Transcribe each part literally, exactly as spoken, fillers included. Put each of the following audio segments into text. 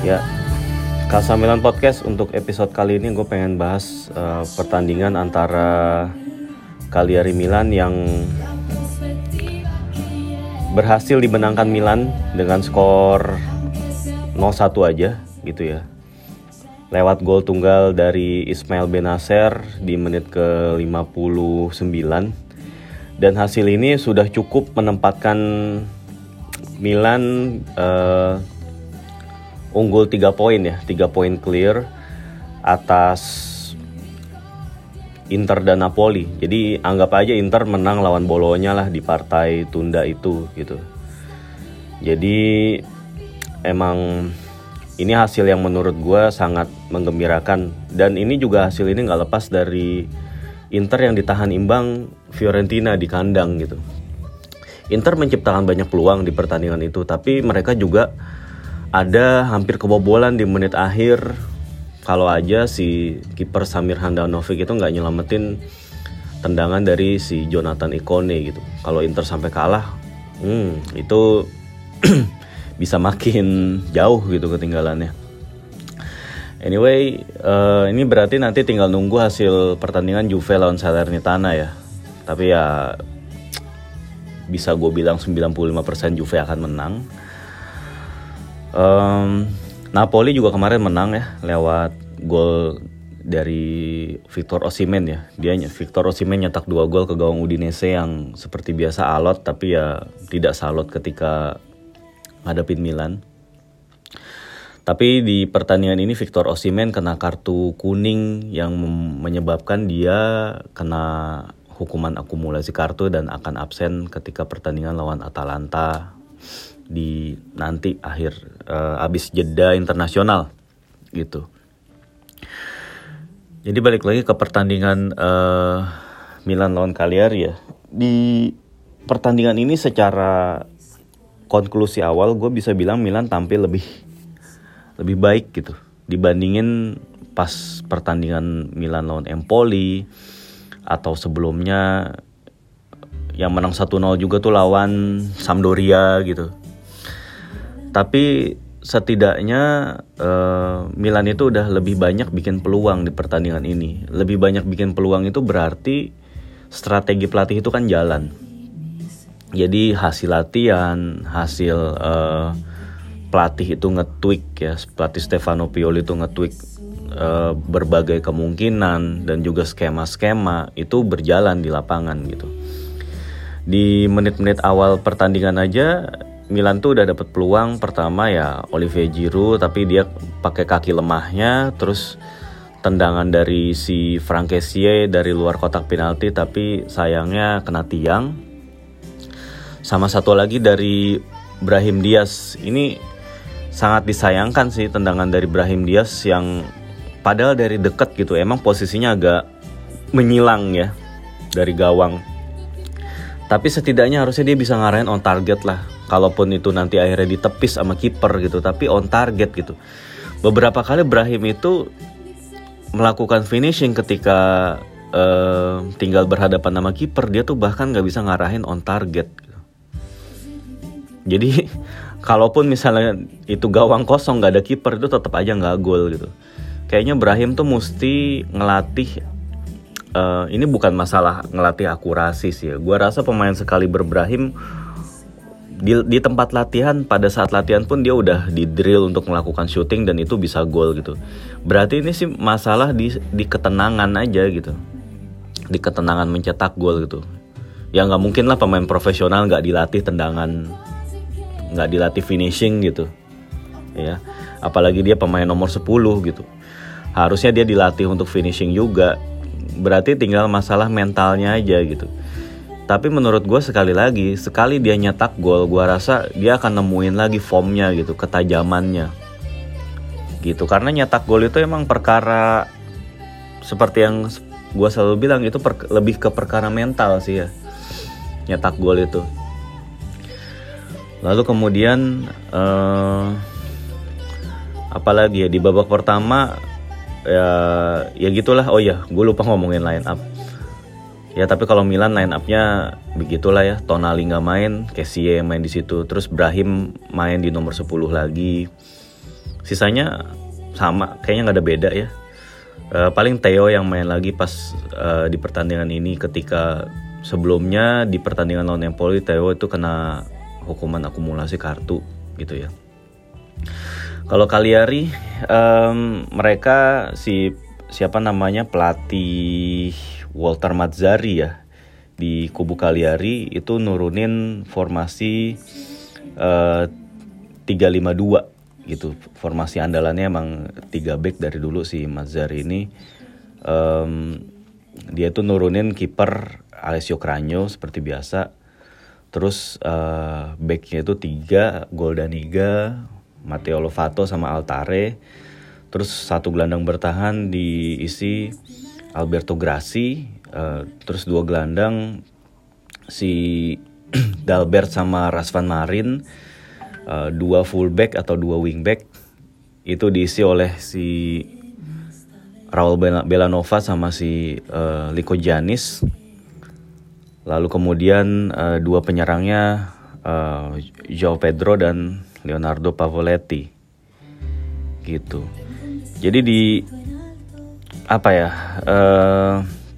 Ya, Casa Milan Podcast untuk episode kali ini gue pengen bahas uh, pertandingan antara Cagliari Milan yang berhasil dimenangkan Milan dengan skor nol satu aja gitu ya. Lewat gol tunggal dari Ismail Benacer di menit ke lima puluh sembilan. Dan hasil ini sudah cukup menempatkan Milan uh, unggul tiga poin ya, tiga poin clear atas Inter dan Napoli. Jadi anggap aja Inter menang lawan Bolonya lah di partai tunda itu gitu. Jadi emang ini hasil yang menurut gue sangat menggembirakan. Dan ini juga hasil ini gak lepas dari Inter yang ditahan imbang Fiorentina di kandang gitu. Inter menciptakan banyak peluang di pertandingan itu, tapi mereka juga ada hampir kebobolan di menit akhir. Kalau aja si kiper Samir Handanovic itu nggak nyelamatin tendangan dari si Jonathan Ikone gitu. Kalau Inter sampai kalah, hmm, itu bisa makin jauh gitu ketinggalannya. Anyway, uh, ini berarti nanti tinggal nunggu hasil pertandingan Juve lawan Salernitana ya. Tapi ya bisa gue bilang sembilan puluh lima persen Juve akan menang. Um, Napoli juga kemarin menang ya lewat gol dari Victor Osimhen ya. Dia Victor Osimhen nyetak dua gol ke gawang Udinese yang seperti biasa alot, tapi ya tidak salot ketika ngadepin Milan. Tapi di pertandingan ini Victor Osimhen kena kartu kuning yang menyebabkan dia kena hukuman akumulasi kartu dan akan absen ketika pertandingan lawan Atalanta di nanti akhir uh, abis jeda internasional gitu. Jadi balik lagi ke pertandingan uh, Milan lawan Cagliari ya. Di pertandingan ini secara konklusi awal gue bisa bilang Milan tampil lebih lebih baik gitu dibandingin pas pertandingan Milan lawan Empoli atau sebelumnya yang menang satu nol juga tuh lawan Sampdoria gitu. Tapi setidaknya uh, Milan itu udah lebih banyak bikin peluang di pertandingan ini. Lebih banyak bikin peluang itu berarti strategi pelatih itu kan jalan. Jadi hasil latihan, hasil uh, pelatih itu nge-tweak ya, pelatih Stefano Pioli itu nge-tweak uh, berbagai kemungkinan dan juga skema-skema itu berjalan di lapangan gitu. Di menit-menit awal pertandingan aja Milan tuh udah dapet peluang. Pertama ya Olivier Giroud, tapi dia pakai kaki lemahnya, terus tendangan dari si Franck Kessié dari luar kotak penalti tapi sayangnya kena tiang. Sama satu lagi dari Brahim Diaz. Ini sangat disayangkan sih tendangan dari Brahim Diaz yang padahal dari dekat gitu emang posisinya agak menyilang ya dari gawang. Tapi setidaknya harusnya dia bisa ngarahin on target lah. Kalaupun itu nanti akhirnya ditepis sama kiper gitu, tapi on target gitu. Beberapa kali Brahim itu melakukan finishing ketika uh, tinggal berhadapan sama kiper, dia tuh bahkan nggak bisa ngarahin on target gitu. Jadi kalaupun misalnya itu gawang kosong gak ada kiper itu tetap aja nggak gol gitu. Kayaknya Brahim tuh mesti ngelatih. Uh, ini bukan masalah ngelatih akurasi sih ya. Gua rasa pemain sekali berbrahim di, di tempat latihan pada saat latihan pun dia udah di drill untuk melakukan shooting dan itu bisa gol gitu. Berarti ini sih masalah di di ketenangan aja gitu. Di ketenangan mencetak gol gitu. Ya nggak mungkin lah pemain profesional nggak dilatih tendangan, nggak dilatih finishing gitu ya, apalagi dia pemain nomor sepuluh gitu, harusnya dia dilatih untuk finishing juga. Berarti tinggal masalah mentalnya aja gitu. Tapi menurut gue sekali lagi, sekali dia nyetak gol, gue rasa dia akan nemuin lagi formnya gitu, ketajamannya gitu. Karena nyetak gol itu emang perkara seperti yang gue selalu bilang, itu per, lebih ke perkara mental sih ya, nyetak gol itu. Lalu kemudian uh, apalagi ya di babak pertama ya ya gitulah. Oh ya, gue lupa ngomongin line up. Ya tapi kalau Milan line up-nya begitulah ya. Tonali nggak main, Kessié main di situ. Terus Brahim main di nomor sepuluh lagi. Sisanya sama, kayaknya nggak ada beda ya. Uh, paling Theo yang main lagi pas uh, di pertandingan ini, ketika sebelumnya di pertandingan lawan Empoli Theo itu kena hukuman akumulasi kartu gitu ya. Kalau Cagliari, um, mereka si siapa namanya pelatih Walter Mazzarri ya di kubu Cagliari itu nurunin formasi uh, tiga lima dua gitu. Formasi andalannya emang tiga back dari dulu si Mazzarri ini. Um, dia tuh nurunin kiper Alessio Cragno seperti biasa. Terus uh, backnya itu tiga, Goldaniga, Matteo Lovato sama Altare. Terus satu gelandang bertahan diisi Alberto Grassi. Uh, terus dua gelandang si Dalbert sama Razvan Marin. Uh, dua fullback atau dua wingback itu diisi oleh si Raul Belanova sama si uh, Liko Giannis. Lalu kemudian uh, dua penyerangnya uh, João Pedro dan Leonardo Pavoletti gitu. Jadi di apa ya uh,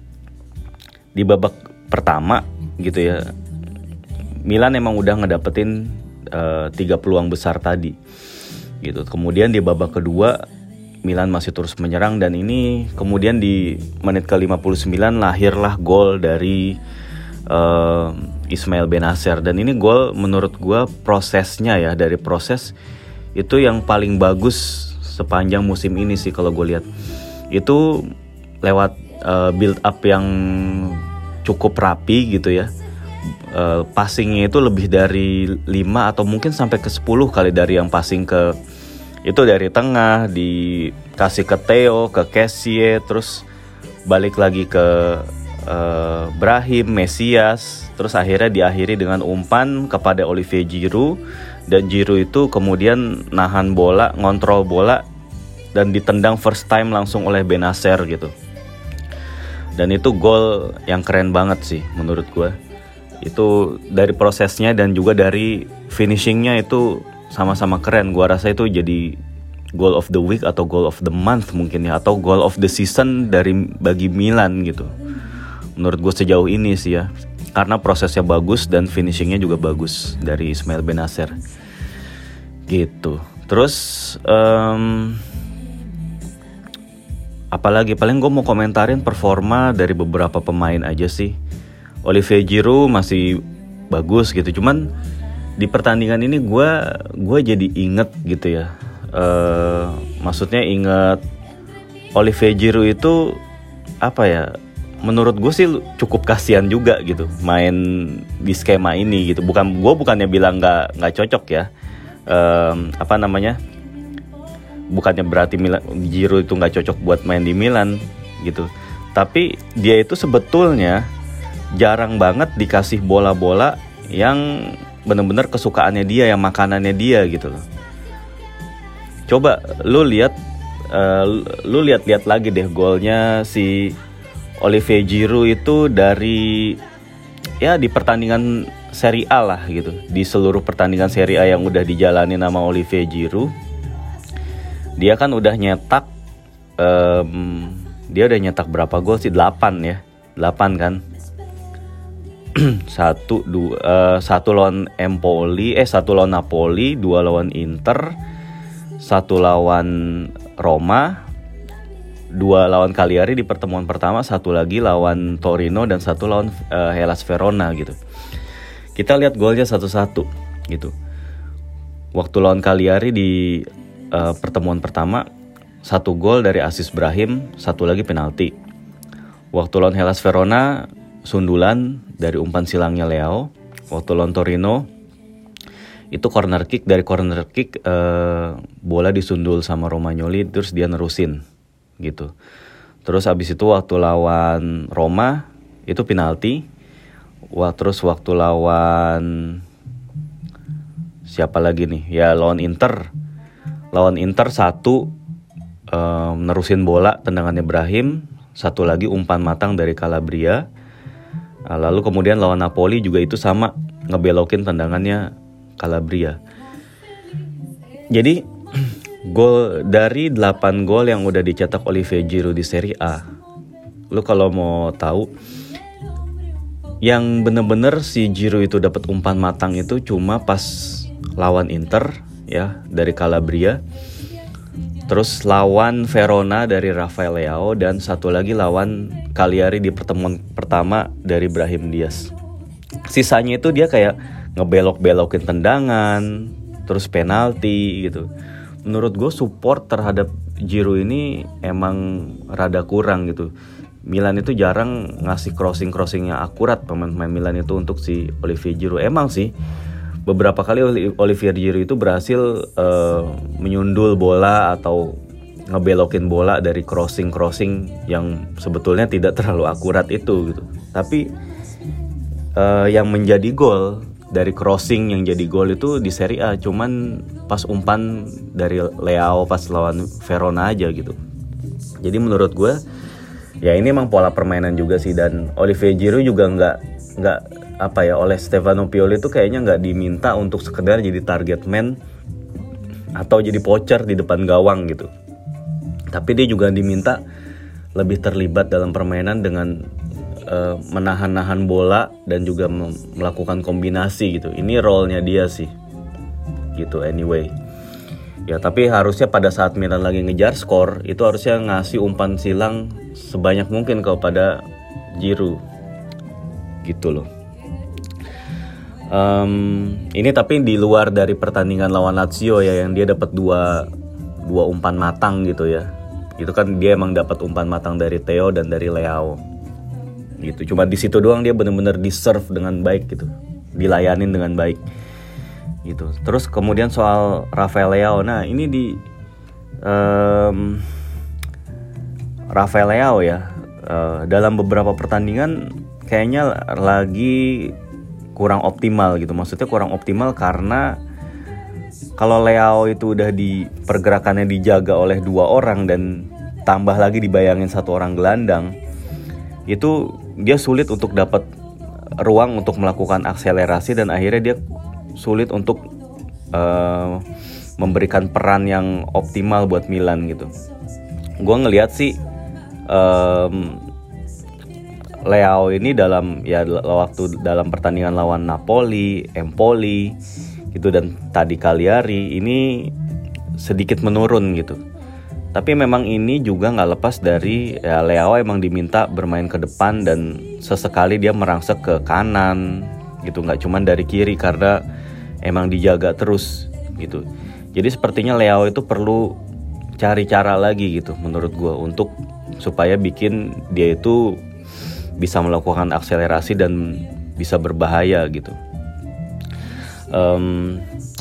di babak pertama gitu ya, Milan emang udah ngedapetin uh, tiga peluang besar tadi gitu. Kemudian di babak kedua Milan masih terus menyerang, dan ini kemudian di menit ke lima puluh sembilan lahirlah gol dari uh, Ismail Benacer. Dan ini gol menurut gue prosesnya ya, dari proses itu yang paling bagus sepanjang musim ini sih kalau gue lihat. Itu lewat uh, build up yang cukup rapi gitu ya. Uh, passingnya itu lebih dari lima atau mungkin sampai ke sepuluh kali dari yang passing ke itu dari tengah, dikasih ke Theo, ke Kessie, terus balik lagi ke uh, Brahim, Mesias, terus akhirnya diakhiri dengan umpan kepada Olivier Giroud, dan Giroud itu kemudian nahan bola, ngontrol bola, dan ditendang first time langsung oleh Benacer gitu. Dan itu gol yang keren banget sih menurut gue. Itu dari prosesnya dan juga dari finishingnya itu sama-sama keren. Gua rasa itu jadi goal of the week atau goal of the month mungkin ya, atau goal of the season dari bagi Milan gitu. Menurut gue sejauh ini sih ya, karena prosesnya bagus dan finishingnya juga bagus dari Ismail Benacer gitu. Terus um, apalagi paling gue mau komentarin performa dari beberapa pemain aja sih. Olivier Giroud masih bagus gitu, cuman di pertandingan ini gue gue jadi inget gitu ya, uh, maksudnya inget Olivier Giroud itu apa ya, menurut gue sih cukup kasihan juga gitu main di skema ini gitu. Bukan gue bukannya bilang nggak nggak cocok ya, um, apa namanya, bukannya berarti Milan, Giroud itu nggak cocok buat main di Milan gitu. Tapi dia itu sebetulnya jarang banget dikasih bola-bola yang bener-bener kesukaannya dia, yang makanannya dia gitu loh. Coba lu lihat, uh, lu lihat-lihat lagi deh golnya si Olivier Giroud itu dari ya di pertandingan Serie A lah gitu. Di seluruh pertandingan Serie A yang udah dijalani nama Olivier Giroud, dia kan udah nyetak um, dia udah nyetak berapa gol sih? delapan ya. delapan kan. satu dua uh, satu lawan Empoli, eh satu lawan Napoli, dua lawan Inter, satu lawan Roma, dua lawan Cagliari di pertemuan pertama, satu lagi lawan Torino, dan satu lawan uh, Hellas Verona gitu. Kita lihat golnya satu-satu gitu. Waktu lawan Cagliari di uh, pertemuan pertama, satu gol dari Aziz Brahim, satu lagi penalti. Waktu lawan Hellas Verona, sundulan dari umpan silangnya Leao. Waktu lawan Torino itu corner kick, dari corner kick uh, bola disundul sama Romagnoli, terus dia nerusin gitu. Terus abis itu waktu lawan Roma itu penalti. Wah, terus waktu lawan siapa lagi nih? Ya lawan Inter. Lawan Inter satu um, nerusin bola tendangannya Brahim, satu lagi umpan matang dari Calabria. Lalu kemudian lawan Napoli juga itu sama, ngebelokin tendangannya Calabria. Jadi Gol dari delapan gol yang udah dicetak Olivier Giroud di Serie A. Lu kalau mau tahu, yang bener-bener si Giroud itu dapat umpan matang itu cuma pas lawan Inter ya dari Calabria. Terus lawan Verona dari Rafael Leao, dan satu lagi lawan Cagliari di pertemuan pertama dari Brahim Diaz. Sisanya itu dia kayak ngebelok-belokin tendangan, terus penalti gitu. Menurut gue support terhadap Giroud ini emang rada kurang gitu. Milan itu jarang ngasih crossing-crossing yang akurat pemain-pemain Milan itu untuk si Olivier Giroud. Emang sih beberapa kali Olivier Giroud itu berhasil uh, menyundul bola atau ngebelokin bola dari crossing-crossing yang sebetulnya tidak terlalu akurat itu gitu. Tapi uh, yang menjadi gol dari crossing yang jadi gol itu di Serie A cuman pas umpan dari Leao pas lawan Verona aja gitu. Jadi menurut gue ya ini emang pola permainan juga sih, dan Olivier Giroud juga nggak nggak apa ya oleh Stefano Pioli itu kayaknya nggak diminta untuk sekedar jadi target man atau jadi poacher di depan gawang gitu. Tapi dia juga diminta lebih terlibat dalam permainan dengan uh, menahan-nahan bola dan juga mem- melakukan kombinasi gitu. Ini role-nya dia sih. Gitu anyway. Ya tapi harusnya pada saat Milan lagi ngejar skor itu harusnya ngasih umpan silang sebanyak mungkin kepada Giroud. Gitu loh. Um, ini tapi di luar dari pertandingan lawan Lazio ya, yang dia dapat dua dua umpan matang gitu ya. Itu kan dia emang dapat umpan matang dari Theo dan dari Leao. Gitu. Cuma di situ doang dia benar-benar di-serve dengan baik gitu. Dilayanin dengan baik. Gitu. Terus kemudian soal Rafael Leao. Nah, ini di um, Rafael Leao ya. Uh, dalam beberapa pertandingan kayaknya lagi kurang optimal gitu. Maksudnya kurang optimal karena kalau Leao itu udah di pergerakannya dijaga oleh dua orang dan tambah lagi dibayangin satu orang gelandang, itu dia sulit untuk dapat ruang untuk melakukan akselerasi dan akhirnya dia sulit untuk uh, memberikan peran yang optimal buat Milan gitu. Gue ngelihat sih um, Leao ini dalam ya waktu dalam pertandingan lawan Napoli, Empoli gitu dan tadi Cagliari ini sedikit menurun gitu. Tapi memang ini juga nggak lepas dari ya Leao emang diminta bermain ke depan dan sesekali dia merangsek ke kanan gitu, nggak cuman dari kiri karena emang dijaga terus gitu. Jadi sepertinya Leao itu perlu cari cara lagi gitu menurut gue untuk supaya bikin dia itu bisa melakukan akselerasi dan bisa berbahaya gitu. Um,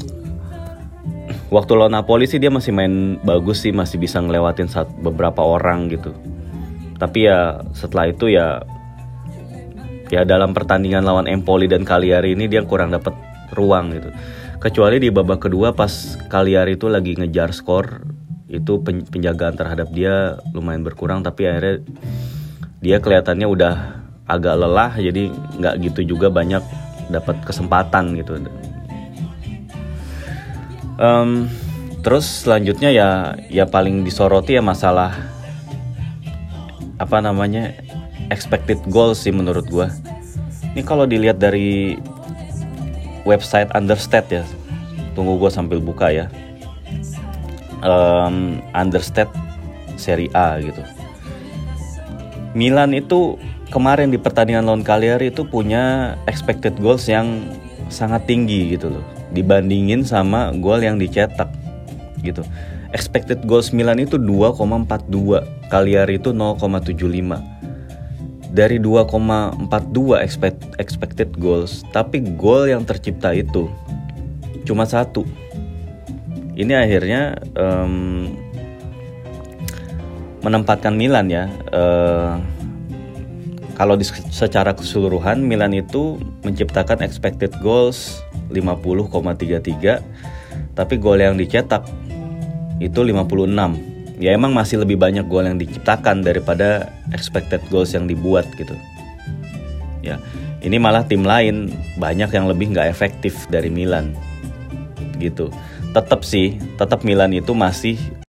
waktu lawan Napoli sih dia masih main bagus sih, masih bisa ngelewatin saat beberapa orang gitu. Tapi ya setelah itu ya ya dalam pertandingan lawan Empoli dan Cagliari ini dia kurang dapat ruang gitu. Kecuali di babak kedua pas Cagliari itu lagi ngejar skor, itu penjagaan terhadap dia lumayan berkurang, tapi akhirnya dia kelihatannya udah agak lelah, jadi nggak gitu juga banyak dapat kesempatan gitu. Um, terus selanjutnya ya ya paling disoroti ya masalah apa namanya expected goals sih menurut gua. Ini kalau dilihat dari website Understat ya, tunggu gua sambil buka ya. Um, Understat Serie A gitu. Milan itu kemarin di pertandingan lawan Cagliari itu punya expected goals yang sangat tinggi gitu loh, dibandingin sama gol yang dicetak gitu. Expected goals Milan itu dua koma empat dua, Cagliari itu nol koma tujuh lima. Dari dua koma empat dua expect, expected goals, tapi gol yang tercipta itu cuma satu. Ini akhirnya um, menempatkan Milan ya, uh, kalau di, secara keseluruhan Milan itu menciptakan expected goals lima puluh koma tiga tiga, tapi gol yang dicetak itu lima puluh enam. Ya emang masih lebih banyak gol yang diciptakan daripada expected goals yang dibuat gitu. Ya, ini malah tim lain banyak yang lebih nggak efektif dari Milan gitu. Tetap sih, tetap Milan itu masih